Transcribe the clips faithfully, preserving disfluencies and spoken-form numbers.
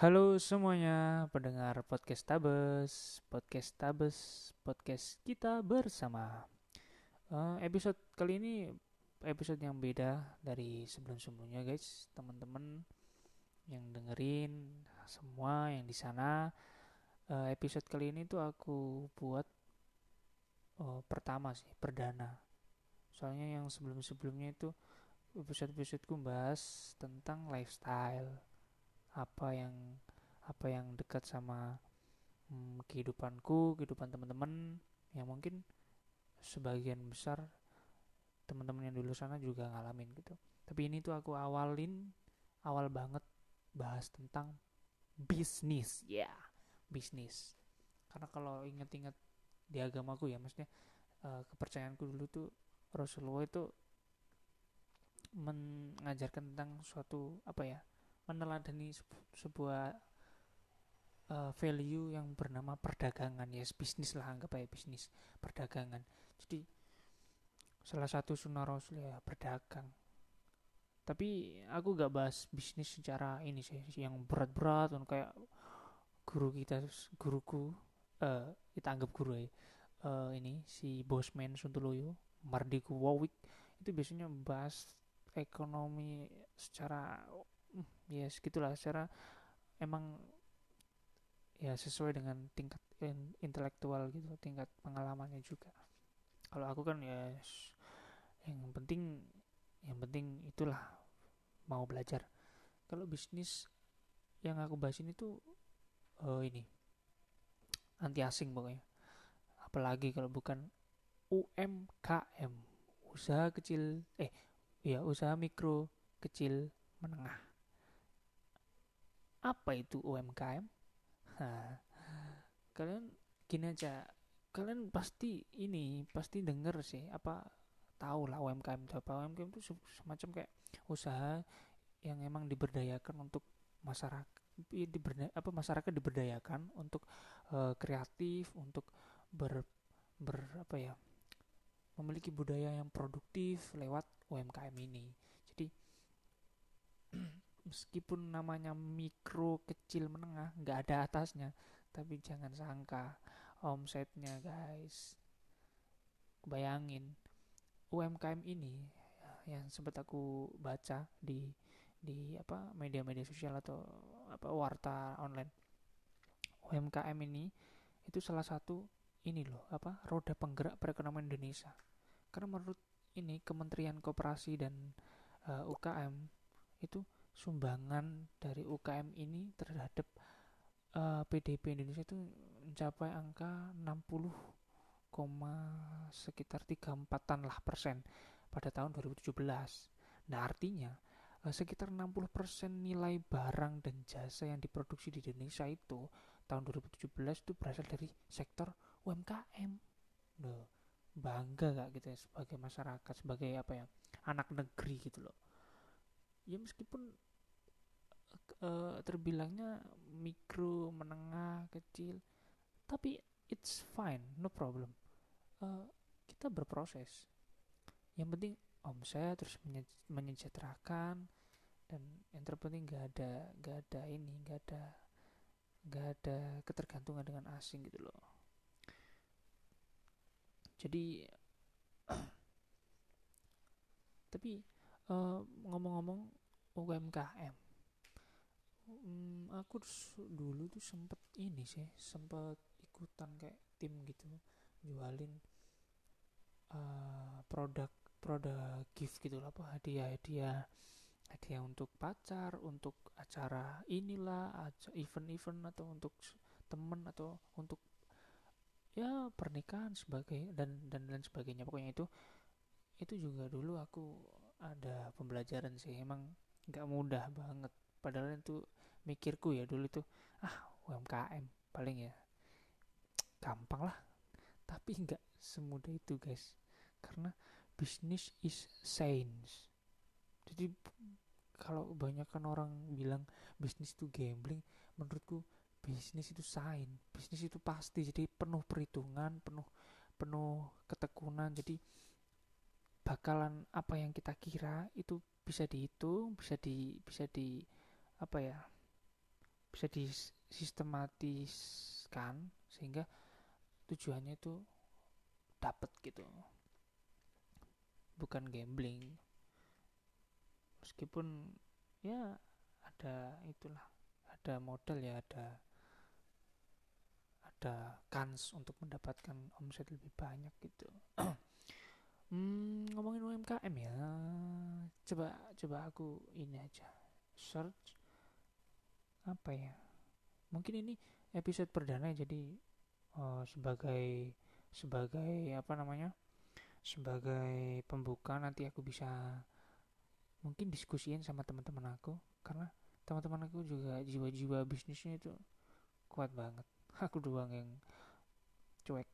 Halo semuanya, pendengar podcast Tabes, podcast Tabes, podcast kita bersama. Eh, episode kali ini episode yang beda dari sebelum-sebelumnya, guys. Teman-teman yang dengerin semua yang di sana, eh, episode kali ini tuh aku buat eh, pertama sih, perdana. Soalnya yang sebelum-sebelumnya itu episode-episodeku bahas tentang lifestyle, apa yang apa yang dekat sama hmm, kehidupanku, kehidupan teman-teman yang mungkin sebagian besar teman-teman yang dulu sana juga ngalamin gitu. Tapi ini tuh aku awalin awal banget bahas tentang bisnis, ya, yeah, bisnis. Karena kalau inget-inget di agamaku ya, maksudnya uh, kepercayaanku dulu tuh Rasulullah itu mengajarkan tentang suatu apa ya, meneladani sebuah uh, value yang bernama perdagangan, ya, yes, bisnis lah, anggap aja bisnis perdagangan. Jadi salah satu sunnah rasul ya berdagang. Tapi aku gak bahas bisnis secara ini sih yang berat-berat kan, kayak guru kita, guruku, eh kita anggap guru ya, eh, ini si Bosman Suntuloyo, Mardiku Wowik, itu biasanya bahas ekonomi secara hmm, ya yes, segitulah, secara emang ya sesuai dengan tingkat in- intelektual gitu, tingkat pengalamannya juga. Kalau aku kan ya yang penting yang penting itulah, mau belajar. Kalau bisnis yang aku bahas ini tuh uh, ini anti asing pokoknya, apalagi kalau bukan U M K M, usaha kecil, eh ya usaha mikro kecil menengah. Apa itu U M K M? Nah, kalian gini aja, kalian pasti ini pasti denger sih, apa, tahu lah U M K M itu apa. U M K M itu semacam kayak usaha yang emang diberdayakan untuk masyarakat, diberda, apa masyarakat diberdayakan untuk uh, kreatif, untuk ber, ber apa ya, memiliki budaya yang produktif lewat U M K M ini. Jadi meskipun namanya mikro kecil menengah, nggak ada atasnya, tapi jangan sangka omsetnya, guys. Bayangin U M K M ini yang sempat aku baca di di apa media-media sosial atau apa warta online, U M K M ini itu salah satu ini loh, apa, roda penggerak perekonomian Indonesia. Karena menurut ini Kementerian Koperasi dan uh, U K M itu sumbangan dari U K M ini terhadap uh, P D B Indonesia itu mencapai angka enam puluh, sekitar tiga puluh empat-an lah persen pada tahun dua ribu tujuh belas. Nah, artinya eh, sekitar enam puluh persen nilai barang dan jasa yang diproduksi di Indonesia itu tahun dua ribu tujuh belas itu berasal dari sektor U M K M. Loh, bangga gak kita ya sebagai masyarakat, sebagai apa ya, anak negeri gitu loh. Ya meskipun uh, terbilangnya mikro, menengah, kecil, tapi it's fine, no problem. Uh, kita berproses. Yang penting omset terus menyejahterakan, dan yang terpenting gak ada gak ada ini gak ada gak ada ketergantungan dengan asing gitu loh. Jadi tapi uh, ngomong-ngomong U M K M, hmm, aku dulu tuh sempet ini sih, sempet ikutan kayak tim gitu, jualin uh, produk produk gift gitu lah, apa, hadiah hadiah hadiah untuk pacar, untuk acara inilah, event-event, atau untuk temen, atau untuk ya pernikahan sebagai dan dan lain sebagainya. Pokoknya itu itu juga dulu aku ada pembelajaran sih, emang nggak mudah banget. Padahal itu mikirku ya dulu itu, ah, U M K M paling ya gampang lah. Tapi nggak semudah itu, guys. Karena business is science. Jadi kalau kebanyakan orang bilang bisnis itu gambling, menurutku bisnis itu sains, bisnis itu pasti, jadi penuh perhitungan, penuh penuh ketekunan. Jadi bakalan apa yang kita kira itu bisa dihitung, bisa di bisa di apa ya, bisa disistematiskan sehingga tujuannya itu dapat gitu, bukan gambling. Meskipun ya ada itulah, ada modal ya, ada ada kans untuk mendapatkan omset lebih banyak gitu. Hmm, ngomongin U M K M ya, coba coba aku ini aja search apa ya. Mungkin ini episode perdana, jadi uh, sebagai sebagai apa namanya, sebagai pembuka nanti aku bisa mungkin diskusiin sama teman-teman aku, karena teman-teman aku juga jiwa-jiwa bisnisnya itu kuat banget. Aku doang yang cuek.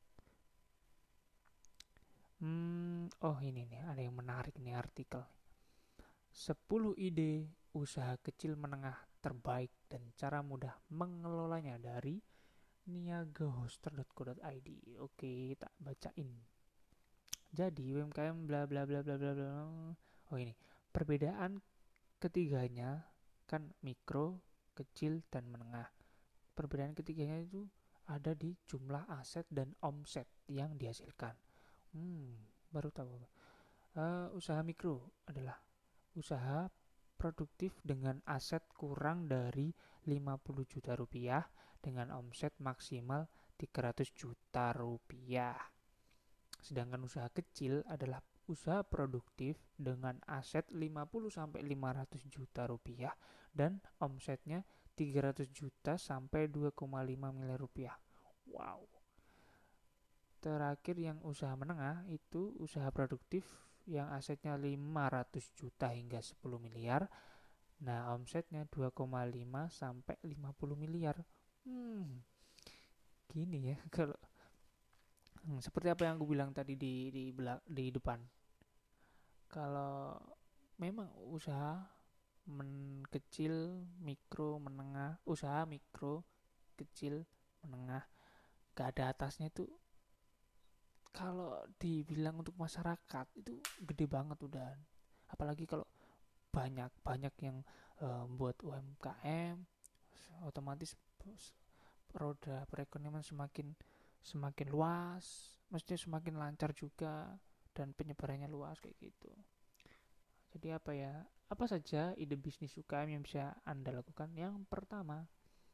Hmm, oh ini nih ada yang menarik nih artikel. Sepuluh ide usaha kecil menengah terbaik dan cara mudah mengelolanya dari niagahoster dot co dot i d. Oke, tak bacain. Jadi U M K M bla bla bla bla bla bla. Oh ini, perbedaan ketiganya kan mikro, kecil dan menengah. Perbedaan ketiganya itu ada di jumlah aset dan omset yang dihasilkan. Hmm, baru tahu. Uh, usaha mikro adalah usaha produktif dengan aset kurang dari lima puluh juta rupiah dengan omset maksimal tiga ratus juta rupiah. Sedangkan usaha kecil adalah usaha produktif dengan aset lima puluh sampai lima ratus juta rupiah dan omsetnya tiga ratus juta sampai dua koma lima miliar rupiah. Wow. Terakhir yang usaha menengah itu usaha produktif yang asetnya lima ratus juta hingga sepuluh miliar. Nah, omsetnya dua koma lima sampai lima puluh miliar. Hmm, gini ya kalau hmm, seperti apa yang aku bilang tadi di di di depan. Kalau memang usaha men kecil, mikro, menengah, usaha mikro, kecil, menengah, gak ada atasnya itu, kalau dibilang untuk masyarakat itu gede banget udah. Apalagi kalau banyak banyak yang uh, buat U M K M, otomatis roda perekonomian semakin semakin luas, mestinya semakin lancar juga dan penyebarannya luas kayak gitu. Jadi apa ya? Apa saja ide bisnis U K M yang bisa Anda lakukan? Yang pertama,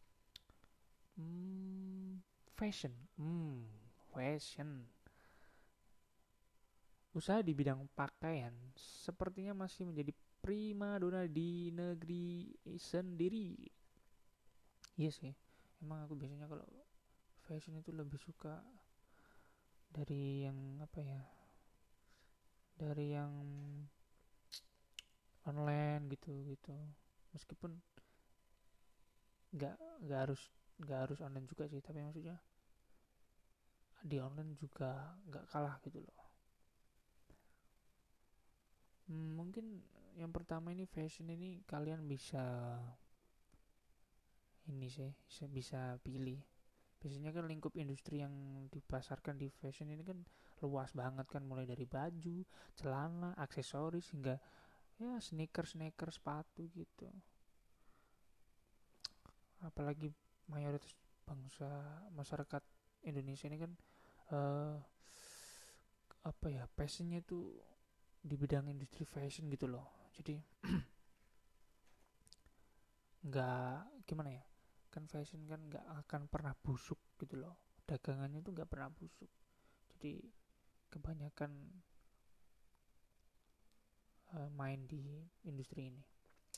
hmm, fashion. Hmm, fashion. Usaha di bidang pakaian sepertinya masih menjadi prima dona di negeri sendiri. Iya sih, emang aku biasanya kalau fashion itu lebih suka dari yang apa ya, dari yang online gitu gitu. Meskipun nggak nggak harus nggak harus online juga sih, tapi maksudnya di online juga nggak kalah gitu loh. Hmm, mungkin yang pertama ini fashion ini kalian bisa ini sih bisa, bisa pilih. Biasanya kan lingkup industri yang dipasarkan di fashion ini kan luas banget kan, mulai dari baju, celana, aksesoris hingga ya sneaker, sneaker, sepatu gitu. Apalagi mayoritas bangsa masyarakat Indonesia ini kan uh, apa ya, passionnya tuh di bidang industri fashion gitu loh. Jadi nggak gimana ya, kan fashion kan nggak akan pernah busuk gitu loh, dagangannya tuh nggak pernah busuk. Jadi kebanyakan uh, main di industri ini.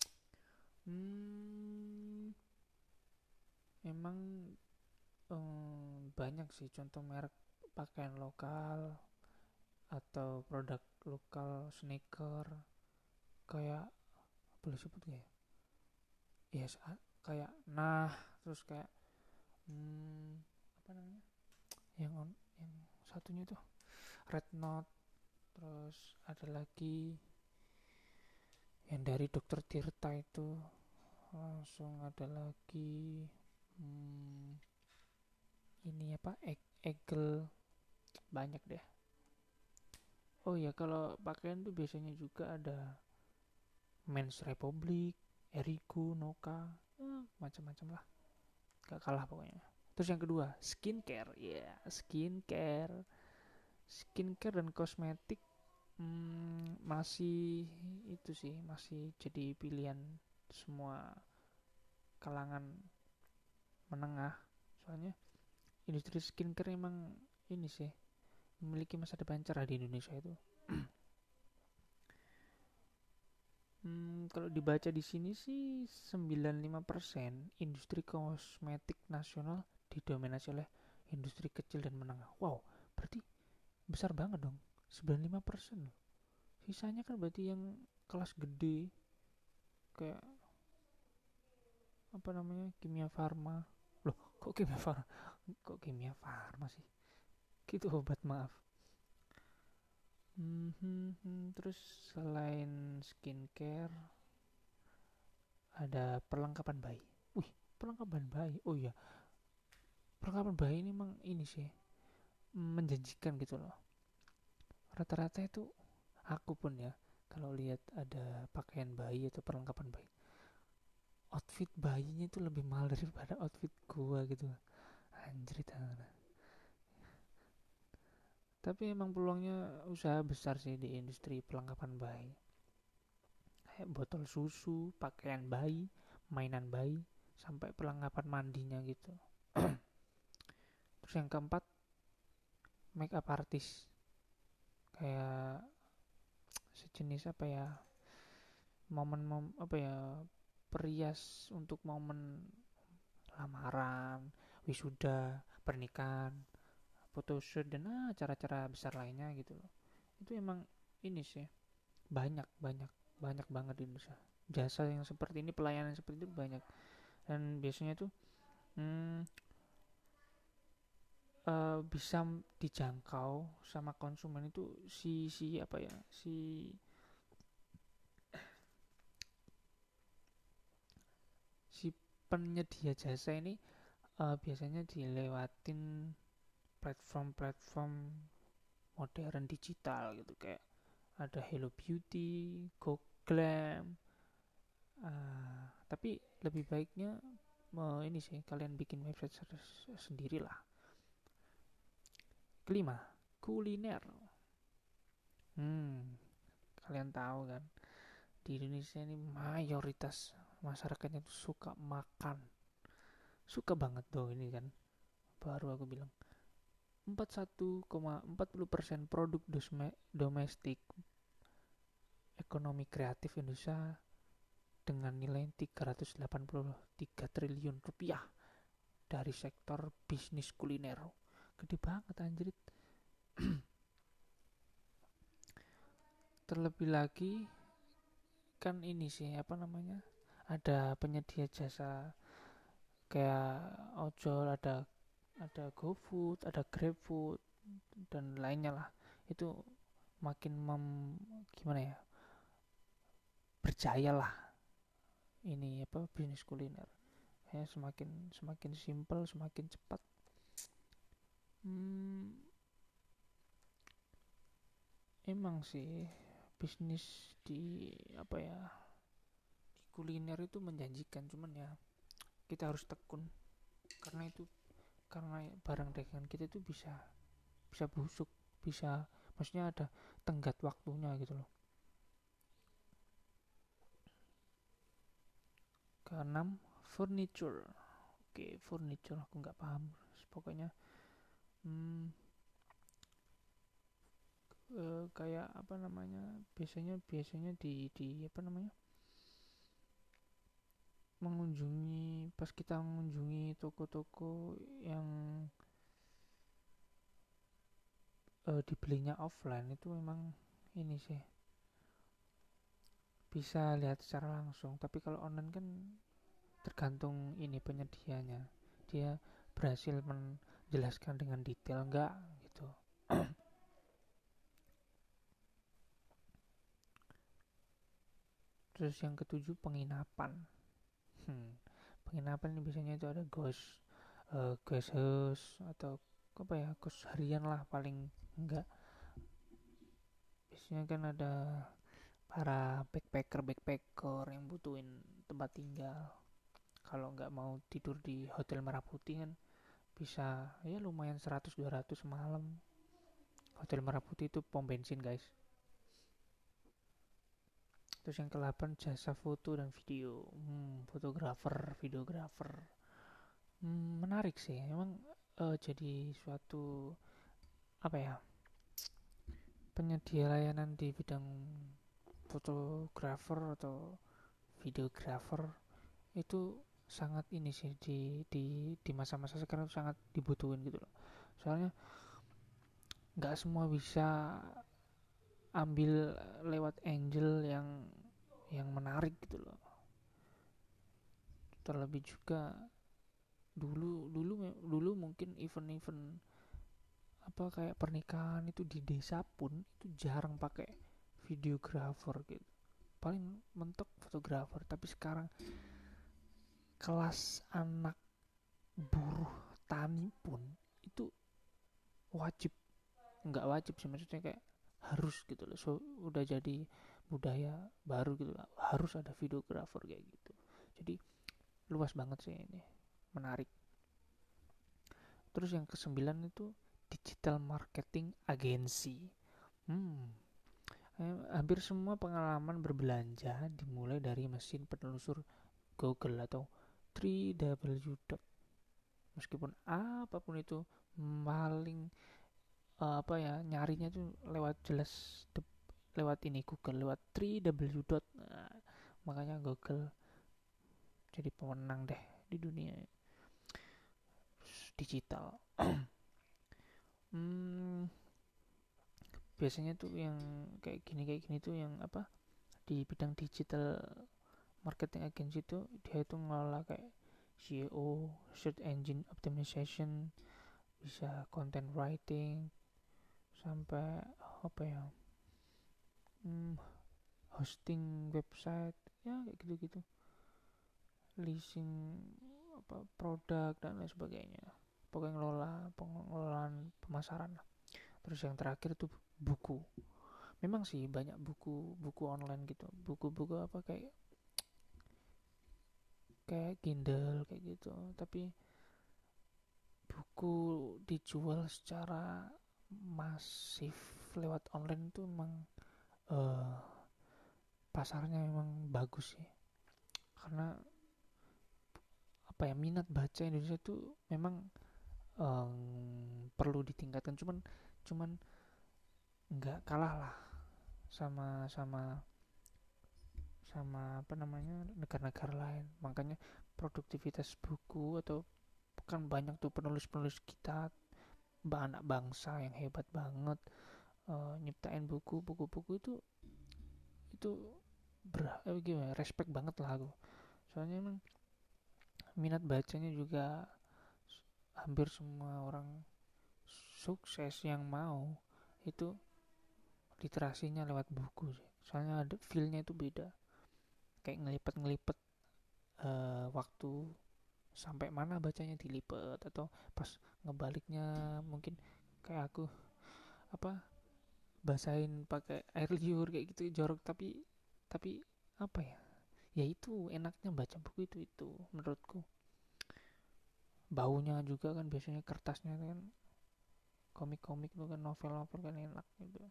Hmm, emang um, banyak sih contoh merek pakaian lokal atau produk lokal sneaker, kayak boleh sebut gak ya? Yes, kayak nah, terus kayak hmm, apa namanya? Yang on, yang satunya tuh Red Note, terus ada lagi yang dari Dokter Tirta itu, langsung ada lagi hmm, ini apa Egel, banyak deh. Oh ya, kalau pakaian tuh biasanya juga ada Men's Republic, Erigo, Noka. eh, macam-macam lah, gak kalah pokoknya. Terus yang kedua, skincare. Ya, yeah, skincare. Skincare dan kosmetik hmm, masih itu sih, masih jadi pilihan semua kalangan menengah. Soalnya industri skincare emang ini sih memiliki masa depan cerah di Indonesia itu. Hmm, kalau dibaca di sini sih sembilan puluh lima persen industri kosmetik nasional didominasi oleh industri kecil dan menengah. Wow, berarti besar banget dong. Sembilan puluh lima persen loh. Sisanya kan berarti yang kelas gede kayak apa namanya? Kimia Farma. Loh, kok kimia farma? Kok kimia farma sih? Gitu obat, maaf. Hmm, hmm, hmm. Terus selain skincare ada perlengkapan bayi. Wih, perlengkapan bayi. Oh iya, perlengkapan bayi ini memang ini sih menjanjikan gitu loh. Rata-rata itu aku pun ya kalau lihat ada pakaian bayi atau perlengkapan bayi, outfit bayinya itu lebih mahal daripada outfit gua gitu. Anjir, tapi emang peluangnya usaha besar sih di industri perlengkapan bayi. Kayak botol susu, pakaian bayi, mainan bayi, sampai perlengkapan mandinya gitu. Terus yang keempat, make up artist. Kayak sejenis apa ya, momen mom, apa ya, perias untuk momen lamaran, wisuda, pernikahan, photoshoot, dan ah, acara-acara besar lainnya gitu loh. Itu emang ini sih banyak banyak banyak banget di Indonesia. Jasa yang seperti ini, pelayanan seperti itu banyak, dan biasanya tuh hmm, eh, bisa dijangkau sama konsumen itu si si apa ya, si si penyedia jasa ini eh, biasanya dilewatin platform-platform modern digital gitu, kayak ada Hello Beauty, Go Glam. Uh, tapi lebih baiknya uh, ini sih kalian bikin website sendiri lah. Kelima, kuliner. Hmm, kalian tahu kan, di Indonesia ini mayoritas masyarakatnya tuh suka makan. Suka banget tuh ini kan. Baru aku bilang, empat puluh satu koma empat puluh persen produk domestik ekonomi kreatif Indonesia dengan nilai tiga ratus delapan puluh tiga triliun rupiah dari sektor bisnis kuliner. Gede banget anjir. Terlebih lagi kan ini sih apa namanya, ada penyedia jasa kayak ojol, ada ada GoFood, ada GrabFood, dan lainnya lah. Itu makin mem, gimana ya, berjaya lah ini apa bisnis kuliner ya, semakin semakin simple, semakin cepat. hmm, Emang sih bisnis di apa ya, di kuliner itu menjanjikan, cuman ya kita harus tekun, karena itu karena barang dagangan kita itu bisa bisa busuk, bisa, maksudnya ada tenggat waktunya gitu loh. Keenam, furniture. Oke, furniture aku nggak paham, pokoknya hmm, eh, kayak apa namanya, biasanya biasanya di di apa namanya, mengunjungi, pas kita mengunjungi toko-toko yang eh, dibelinya offline itu memang ini sih bisa lihat secara langsung, tapi kalau online kan tergantung ini penyedianya, dia berhasil menjelaskan dengan detail enggak gitu. Terus yang ketujuh, penginapan. hmm, Penginapan ini biasanya itu ada ghost uh, guest house atau apa ya, kos harian lah paling enggak. Biasanya kan ada para backpacker backpacker yang butuhin tempat tinggal. Kalau nggak mau tidur di Hotel Merah Putih kan bisa ya lumayan seratus dua ratus semalam. Hotel Merah Putih itu pom bensin guys. Terus yang kedelapan jasa foto dan video. Hmm, fotografer, videografer. Hmm, menarik sih. Emang eh, jadi suatu apa ya, penyedia layanan di bidang fotografer atau videografer itu sangat ini sih di di di masa-masa sekarang sangat dibutuhin gitu loh. Soalnya nggak semua bisa ambil lewat angle yang yang menarik gitu loh. Terlebih juga dulu dulu dulu mungkin event-event apa kayak pernikahan itu di desa pun itu jarang pakai videografer gitu, paling mentok fotografer. Tapi sekarang kelas anak buruh tani pun itu wajib, nggak wajib sih maksudnya kayak harus gitu loh. So udah jadi budaya baru gitu lah, harus ada videografer kayak gitu. Jadi luas banget sih ini, menarik. Terus yang kesembilan itu digital marketing agency. Hmm, eh, hampir semua pengalaman berbelanja dimulai dari mesin penelusur Google atau tiga w. Meskipun apapun itu paling uh, apa ya, nyarinya tuh lewat jelas de, lewat ini Google, lewat tiga w. Nah, makanya Google jadi pemenang deh di dunia digital. hmm, biasanya tuh yang kayak gini kayak gini tuh yang apa, di bidang digital marketing agency itu dia itu ngelola kayak S E O, search engine optimization, bisa content writing, sampai apa ya, hmm, hosting website ya kayak gitu-gitu, leasing apa produk dan lain sebagainya. Pokoknya ngelola pengelolaan pemasaran. Terus yang terakhir tuh buku. Memang sih banyak buku buku online gitu, buku-buku apa kayak kayak Kindle kayak gitu. Tapi buku dijual secara masif lewat online itu memang uh, pasarnya memang bagus sih. Karena apa ya, minat baca Indonesia itu memang um, perlu ditingkatkan. Cuman cuman nggak kalah lah sama sama sama apa namanya negara-negara lain. Makanya produktivitas buku atau kan banyak tuh penulis-penulis kita, anak bangsa yang hebat banget, uh, nyiptain buku buku-buku itu itu ber eh, gimana respect banget lah aku. Soalnya emang minat bacanya juga hampir semua orang sukses yang mau itu literasinya lewat buku sih. Soalnya ada feelnya itu beda, kayak ngelipet-ngelipet uh, waktu sampai mana bacanya dilipet, atau pas ngebaliknya mungkin kayak aku apa basahin pakai air liur kayak gitu jorok. tapi tapi apa ya, ya itu enaknya baca buku itu itu menurutku. Baunya juga kan biasanya kertasnya kan, komik-komik itu kan, novel-novel kan enak gitu.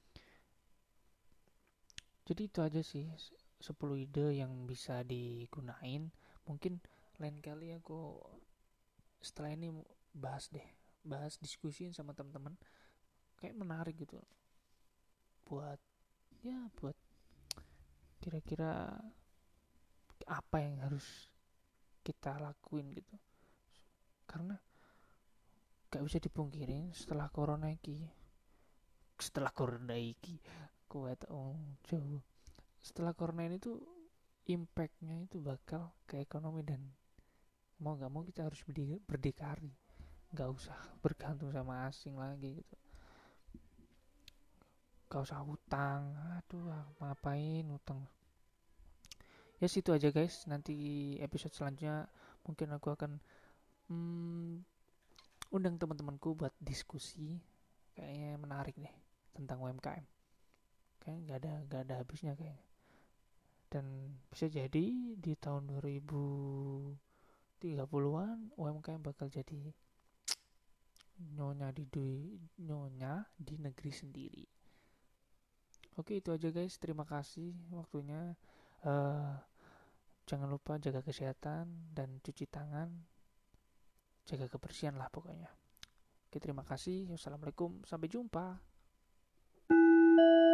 Jadi itu aja sih sepuluh ide yang bisa digunain. Mungkin lain kali aku setelah ini bahas deh, bahas diskusiin sama teman-teman, kayak menarik gitu buat ya buat kira-kira apa yang harus kita lakuin gitu. Karena gak bisa dipungkirin setelah corona iki setelah corona iki kuat oh jauh setelah corona ini tuh impactnya itu bakal ke ekonomi, dan mau gak mau kita harus berdikari, gak usah bergantung sama asing lagi gitu. Gak usah utang, aduh ngapain utang. Ya situ aja guys, nanti episode selanjutnya mungkin aku akan hmm, undang teman-temanku buat diskusi, kayaknya menarik nih tentang U M K M, kayaknya gak ada gak ada habisnya kayaknya. Dan bisa jadi di tahun dua ribu tiga puluhan U M K M bakal jadi nyonya di dui, nyonya di negeri sendiri. Oke, itu aja guys, terima kasih waktunya. uh, Jangan lupa jaga kesehatan dan cuci tangan, jaga kebersihan lah pokoknya. Oke, terima kasih. Wassalamualaikum, sampai jumpa.